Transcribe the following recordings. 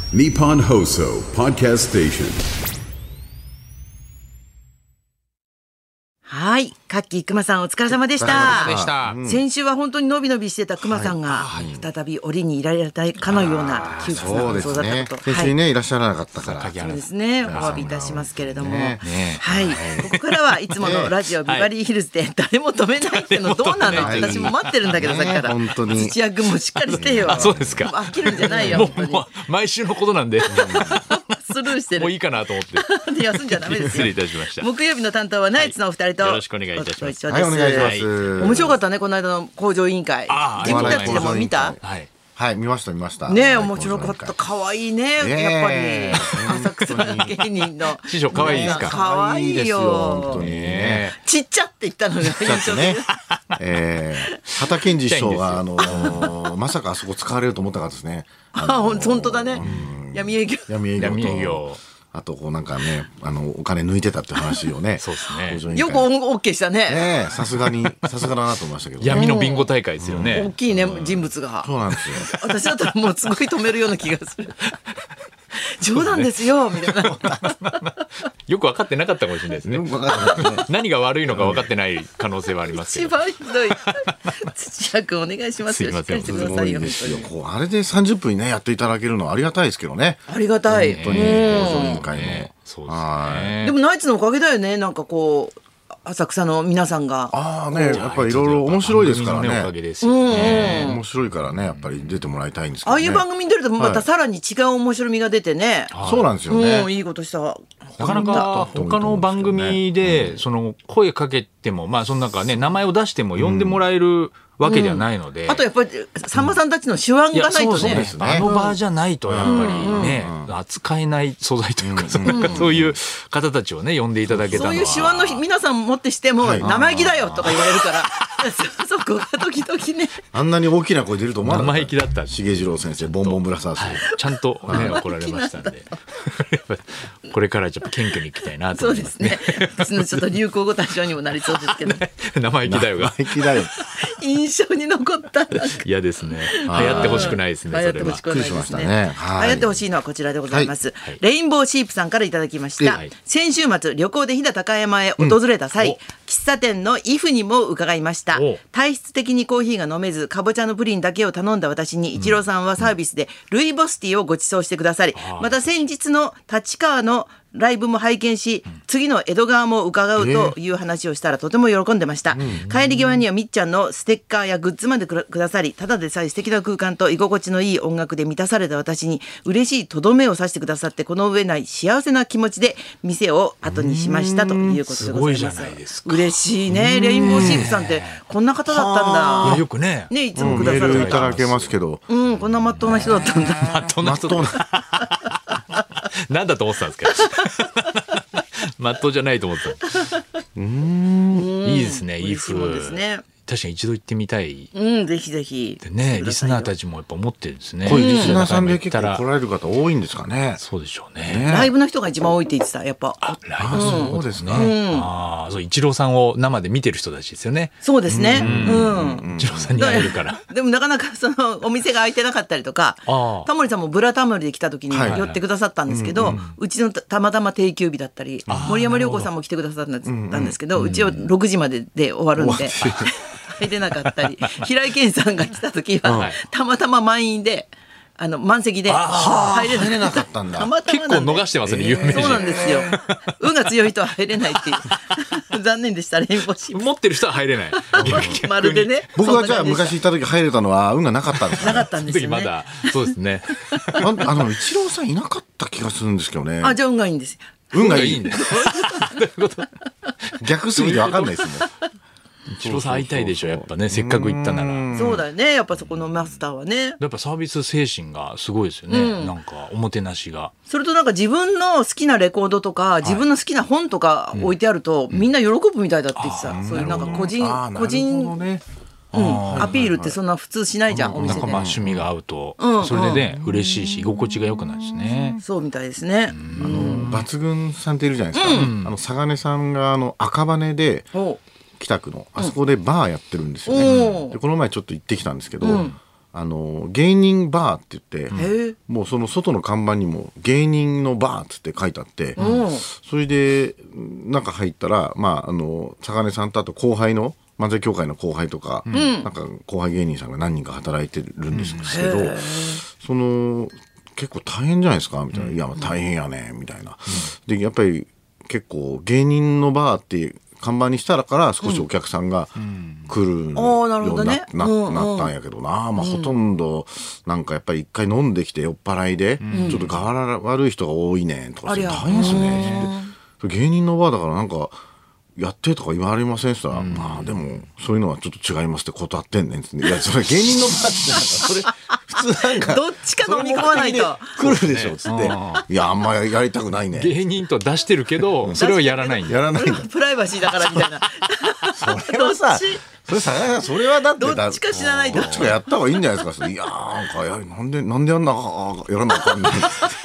Nippon Hoso Podcast Station。 はい、カッキー熊さんお疲れ様でした。先週は本当にのびのびしてた熊さんが再び檻にいられたかのような窮屈な放送だったこと。 先週ね、いらっしゃらなかったから。 そうですね、お詫びいたしますけれども、はい、ここからはいつものラジオビバリーヒルズで誰も止めないってのどうなのって私も待ってるんだけどさっきから本当に土屋君もしっかりしてよ。 そうですか。 飽きるんじゃないよ。 もう毎週のことなんでスルーしてる。 もういいかなと思って休んじゃダメですよ。 失礼いたしました。 木曜日の担当はナイツのお二人と、 よろしくお願いいたします。 はい、お願いします。 面白かったね、この間の工場委員会。自分たちでも見た？ はい、見ましたねえ、面白かった。可愛いね、やっぱり浅草芸人の師匠可愛いですか？ 可愛いよ、 本当にね。 ちっちゃって言ったのが印象ね。畑健二師匠がまさかあそこ使われると思ったからですね。 本当だね。闇営業。 あとこうなんかね、お金抜いてたって話をね。 そうですね。 よくオッケーしたね。 さすがだなと思いましたけど。 闇のビンゴ大会ですよね。 大きいね、人物が。 そうなんですよ。 私だったらもうすごい止めるような気がする。冗談ですよみたいな。 よく分かってなかったかもしれないですね。何が悪いのか分かってない可能性はありますけど。 一番ひどい。土屋君お願いしますよ。しっかりしてくださいよ。 あれで30分にねやっていただけるのはありがたいですけどね。 ありがたい。 本当に工場委員会の。 そうですね。 でもナイツのおかげだよね。なんかこう浅草の皆さんが。 やっぱりいろいろ面白いですからね。 面白いからね、やっぱり出てもらいたいんですけどね。 ああいう番組に出るとまたさらに違う面白みが出てね。 そうなんですよね。 いいことした。 なかなか他の番組でその声かけてもその中ね名前を出しても呼んでもらえるわけではないので、 あとやっぱりさんまさんたちの手腕がないとね、 あの場じゃないとやっぱりね扱えない素材というかそういう方たちをね呼んでいただけたのは、 そういう手腕の皆さんもってしても生意気だよとか言われるからそこが時々ね、 あんなに大きな声出ると思わなかった。 生意気だった。 重次郎先生ボンボンブラザーズちゃんと怒られましたんでこれからちょっと謙虚にいきたいなと思いますね。 そうですね。私のちょっと流行語大賞にもなりそうですけど生意気だよが印象に残った。 嫌ですね。流行ってほしくないですね。 流行ってほしくないですね。流行ってほしいのはこちらでございます。レインボーシープさんからいただきました。先週末旅行で飛騨高山へ訪れた際、喫茶店のイフにも伺いました。体質的にコーヒーが飲めずかぼちゃのプリンだけを頼んだ私に一郎さんはサービスでルイボスティーをご馳走してくださり、また先日の立川のライブも拝見し、次の江戸川も伺うという話をしたらとても喜んでました。帰り際にはみっちゃんのステッカーやグッズまでくださり、ただでさえ素敵な空間と居心地のいい音楽で満たされた私に嬉しいとどめを刺してくださって、この上ない幸せな気持ちで店を後にしましたということでございます。 すごいじゃないですか。 嬉しいね。レインボーシープさんってこんな方だったんだ。 いやよくねいつもくださる。 メールいただけますけど、 こんなまっとうな人だったんだ。 まっとうななんだと思ってたんですか。まっとうじゃないと思ってた。いいですね。いい風ですね。確かに一度行ってみたい。 ぜひぜひ。 でね、リスナーたちもやっぱ思ってるんですね。 こういうリスナーさんで結構来られる方多いんですかね。 そうでしょうね。 ライブの人が一番多いって言ってた。やっぱ。 ライブそうですね。 そうイチローさんを生で見てる人たちですよね。 そうですね。 イチローさんに会えるから。 でもなかなかそのお店が開いてなかったりとか、タモリさんもブラタモリで来た時に寄ってくださったんですけど、うちのたまたま定休日だったり、森山良子さんも来てくださったんですけど、うちは6時までで終わるんで。入れなかったり、平井堅さんが来た時はたまたま満員で満席で入れなかったんだ。 結構逃してますね、有名人。 そうなんですよ。運が強い人は入れないっていう残念でした。レインボーシープ持ってる人は入れない。 まるでね。 僕がじゃあ昔行った時入れたのは運がなかったんですか。 なかったんですよね。 まだそうですね。 イチローさんいなかった気がするんですけどね。 じゃあ運がいいんですよ。 運がいいんだ。 逆すぎて分かんないですもん。 イチローさん会いたいでしょ、やっぱね、せっかく行ったなら。 そうだよね、やっぱそこのマスターはね。 やっぱサービス精神がすごいですよね。なんかおもてなしが。 それとなんか自分の好きなレコードとか自分の好きな本とか置いてあるとみんな喜ぶみたいだって言ってた。そういうなんか個人アピールってそんな普通しないじゃん、お店で。 なんか趣味が合うとそれでね嬉しいし居心地が良くなるんですね。 そうみたいですね。 抜群さんっているじゃないですか。佐賀根さんが赤羽で北区のあそこでバーやってるんですよね。でこの前ちょっと行ってきたんですけど、 芸人バーって言って、もうその外の看板にも芸人のバーって書いてあって、それでなんか入ったら、坂根さんとあと後輩の漫才協会の後輩とか、なんか後輩芸人さんが何人か働いてるんですけど、その結構大変じゃないですかみたいな、いや大変やねみたいな、でやっぱり結構芸人のバーって看板にしたらから少しお客さんが来るようになったんやけどな、ほとんどなんかやっぱり一回飲んできて酔っ払いで、ちょっと柄悪い人が多いねんとか大変ですねって芸人のバーだからなんかやってとか言われませんって言ったら、まあでもそういうのはちょっと違いますって断ってんねんって。いやそれ芸人のバーってなんかそれ普通なんかどっちか飲み込まないと来るでしょっつって、いやあんまやりたくないね。 芸人と出してるけどそれをやらないんだ。 やらないんだ。 プライバシーだからみたいな。 それはさ、それはだってどっちか知らないと。 どっちかやった方がいいんじゃないですか。いやなんかなんでやらなあかんねん。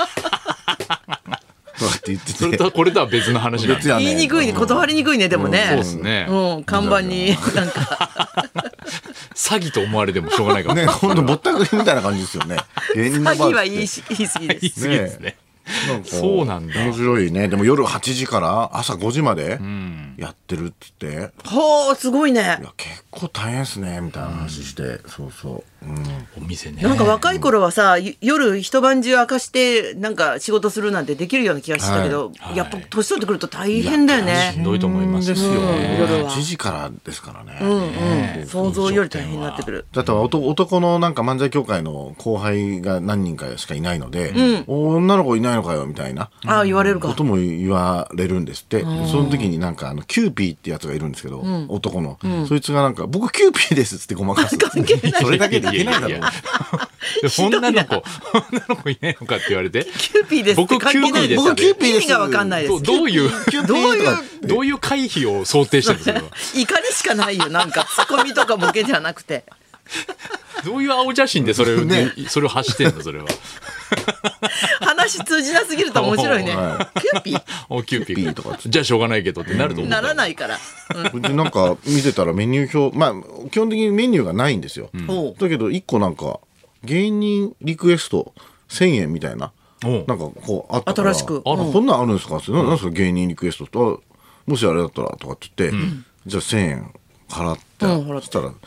って言ってて、 それとこれとは別の話なんです。 言いにくいね、断りにくいね、でもね。 そうですね。 看板になんか詐欺と思われてもしょうがないからね。 本当ぼったくりみたいな感じですよね。 詐欺は言い過ぎです。 言い過ぎですね。そうなんだ。 面白いね。でも夜8時から朝5時までやってるっつって。 ほう、すごいね。 いや結構大変ですねみたいな話して、そうそう。 お店ね。 なんか若い頃はさ、夜一晩中明かしてなんか仕事するなんてできるような気がしてたけど、やっぱ年取ってくると大変だよね。 しんどいと思いますですよ。 夜は 8時からですからね。 想像より大変になってくる。 だって男のなんか漫才協会の後輩が何人かしかいないので、女の子いないのかよみたいな言われるかことも言われるんですって。その時になんかキューピーってやつがいるんですけど、男の、そいつがなんか僕キューピーですっつってごまかす。それだけでいけないだろう。 女の子いないのかって言われて、 キューピーですって僕キューピーです。 僕キューピーです。意味がわかんないです。 どういう回避を想定してるんですか。 怒りしかないよ。なんかツッコミとかボケじゃなくて。 どういう青写真でそれを発してんのそれは。 話通じなすぎると面白いね。キューピー。 キューピーとか。じゃあしょうがないけどってなると思う。 ならないから。 でなんか見てたらメニュー表、基本的にメニューがないんですよ。だけど1個なんか芸人リクエスト1000円みたいななんかこうあったから新しくこんなんあるんですかってなんすか芸人リクエストともしあれだったらとかって言ってじゃあ1000円払ってそしたらキューピー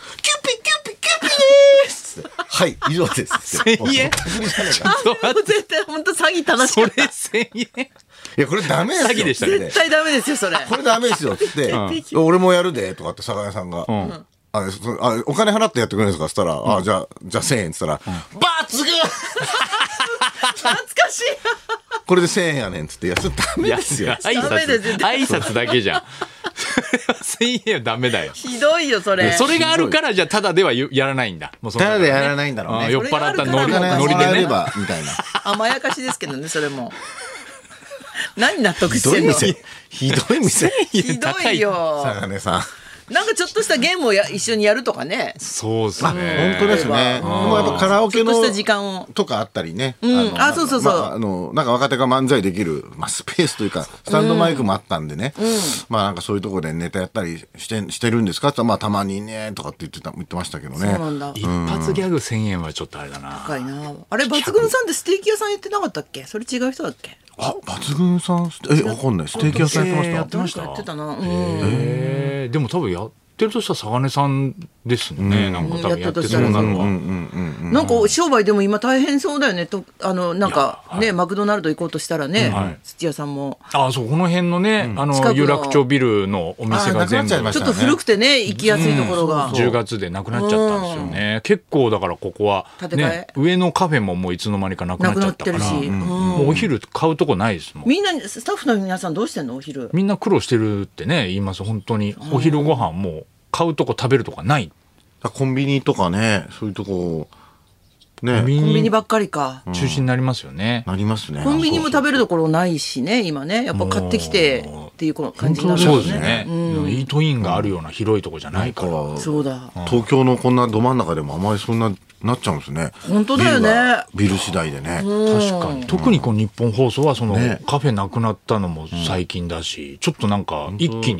ですはい以上です 1000円絶対本当詐欺楽しかった。 それ1000円いやこれダメですよ。 詐欺でしたね。 絶対ダメですよそれ。 これダメですよって言って俺もやるでとかって酒屋さんがお金払ってやってくれるんですかっつったらじゃあ1000円っつったらバツグ懐かしい。 これで1000円やねんっつっていやそれダメですよ。 挨拶だけじゃん。1000円はダメだよ。 ひどいよそれ。 それがあるからじゃあただではやらないんだ。 ただでやらないんだろうね。 酔っ払ったノリでねみたいな。 甘やかしですけどねそれも。何納得してんの。 ひどい店。 ひどいよ。 坂根さん。 なんかちょっとしたゲームを一緒にやるとかね。 そうですね。 本当ですね。もうやっぱカラオケのちょっとした時間をとかあったりね。 そうなんか若手が漫才できるスペースというかスタンドマイクもあったんでね。なんかそういうところでネタやったりしてるんですかってたまにねとかって言ってましたけどね。 一発ギャグ1000円はちょっとあれだな。 高いな。あれ抜群さんってステーキ屋さんやってなかったっけ？それ違う人だっけ？ 抜群さんわかんない。ステーキ屋さんやってました。 やってたな。 でも多分やってるとしたら坂根さんですね。なんか多分やってそうなのは。 なんか商売でも今大変そうだよね。なんかねマクドナルド行こうとしたらね土屋さんも。 そうこの辺のね有楽町ビルのお店が全部ちょっと古くてね行きやすいところが 10月でなくなっちゃったんですよね。結構だからここはね上のカフェももういつの間にかなくなっちゃったからもうお昼買うとこないですもん。 みんなスタッフの皆さんどうしてんのお昼。 みんな苦労してるってね言います本当に。お昼ご飯もう買うとこ食べるとかない。 コンビニとかねそういうとこねコンビニばっかりか中心になりますよね。 なりますね。 コンビニも食べるところないしね今ねやっぱ買ってきてっていう感じになるそうですね。イートインがあるような広いとこじゃないから。 そうだ。 東京のこんなど真ん中でもあまりそんななっちゃうんですね。 本当だよね。 ビル次第でね。 確かに。特にこの日本放送はそのカフェなくなったのも最近だし、ちょっとなんか一気に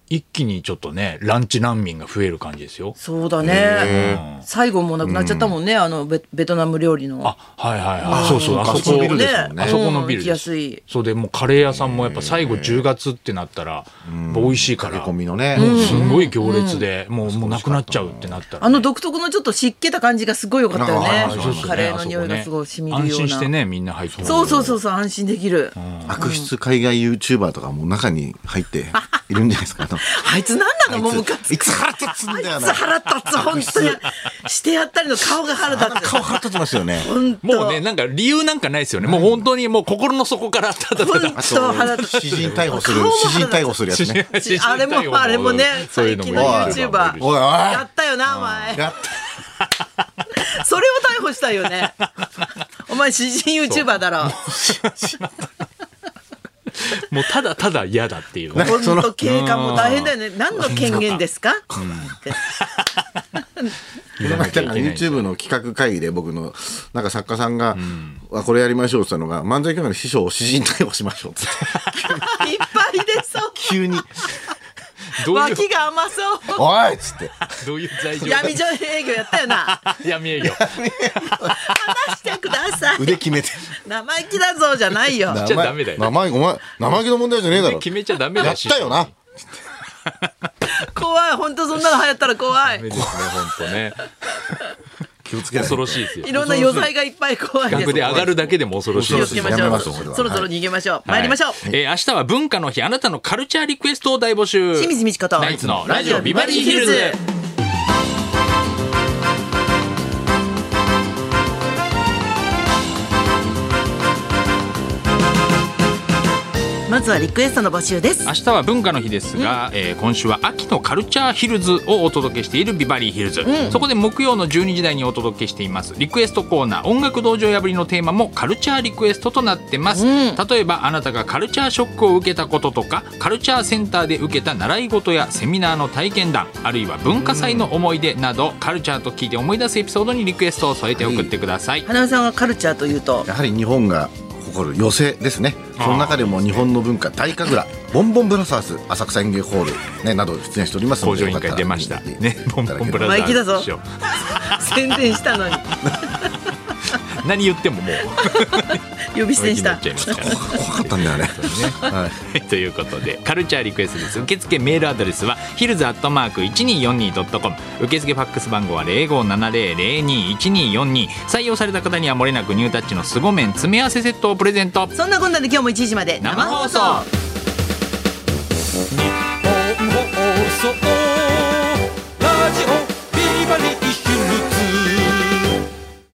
一気にちょっとねランチ難民が増える感じですよ。 そうだね。最後もなくなっちゃったもんね、ベトナム料理の。 はいはい、そうそう、あそこビルですもんね。 あそこのビルです。 行きやすい。 そうでもうカレー屋さんもやっぱ最後10月ってなったら美味しいから、 駆け込みのね、 すごい行列でもうなくなっちゃうってなったら、 独特のちょっと湿気た感じがすごい良かったよね。カレーの匂いがすごい染みるような。 安心してねみんな入ってます。 そう安心できる。 悪質海外 YouTuber とかも中に入っているんじゃないですか。 あいつなんなの、もうムカつく。 いつ腹立つんだよな。 あいつ腹立つ、本当に。してやったりの顔が腹立つ。 顔腹立ちますよね。 もうね、なんか理由なんかないですよね。もう本当にもう心の底からただただ。 詩人逮捕するやつね。 あれもね、最近の YouTuber。 おいやったよな、お前。それを逮捕したいよね。お前詩人 YouTuber だろ。 もうただただ嫌だっていう。 本当警官も大変だよね。何の権限ですか？ この間YouTube の企画会議で僕のなんか作家さんがこれやりましょうって言ったのが、漫才協会の師匠を詩人逮捕しましょうっていっぱい出そう。 急に脇が甘そう。 おいっつって、 どういう罪状？ 闇営業やったよな。 闇営業。 話してください。 腕決めて。 生意気だぞじゃないよ。 じゃダメだよ。 生意気の問題じゃねえだろ。 決めちゃダメだし。 やったよな。 怖い、本当そんなの流行ったら怖い。 ダメですね、本当ね。 気をつけない。 恐ろしいですよ。 いろんな余罪がいっぱい怖いです。 額で上がるだけでも恐ろしいです。 気をつけましょう。そろそろ逃げましょう。参りましょう。 明日は文化の日、あなたのカルチャーリクエストを大募集。 清水美智子とナイツのラジオビバリーヒルズ。 まずはリクエストの募集です。 明日は文化の日ですが、今週は秋のカルチャーヒルズをお届けしているビバリーヒルズ、そこで木曜の12時台にお届けしていますリクエストコーナー、音楽道場破りのテーマもカルチャーリクエストとなってます、例えばあなたがカルチャーショックを受けたこととか、カルチャーセンターで受けた習い事やセミナーの体験談、あるいは文化祭の思い出など、カルチャーと聞いて思い出すエピソードにリクエストを添えて送ってください。 花輪さんはカルチャーというと、 やはり日本が誇る寄席ですね。その中でも日本の文化大神楽ボンボンブラザーズ浅草演芸ホール、ね、など出演しておりますので、 工場委員会出ましたね。ボンボンブラザマイキだぞーズ宣伝したのに何言ってももう呼び捨てにした怖かったんだよね。 はい、ということでカルチャーリクエストです。受付メールアドレスはヒルズ@1242.com、 受付ファックス番号は 0570021242。 採用された方にはもれなくニュータッチのスゴメン詰め合わせセットをプレゼント。 そんなこんなで今日も1時まで生放送。 日本放送ラジオビバリー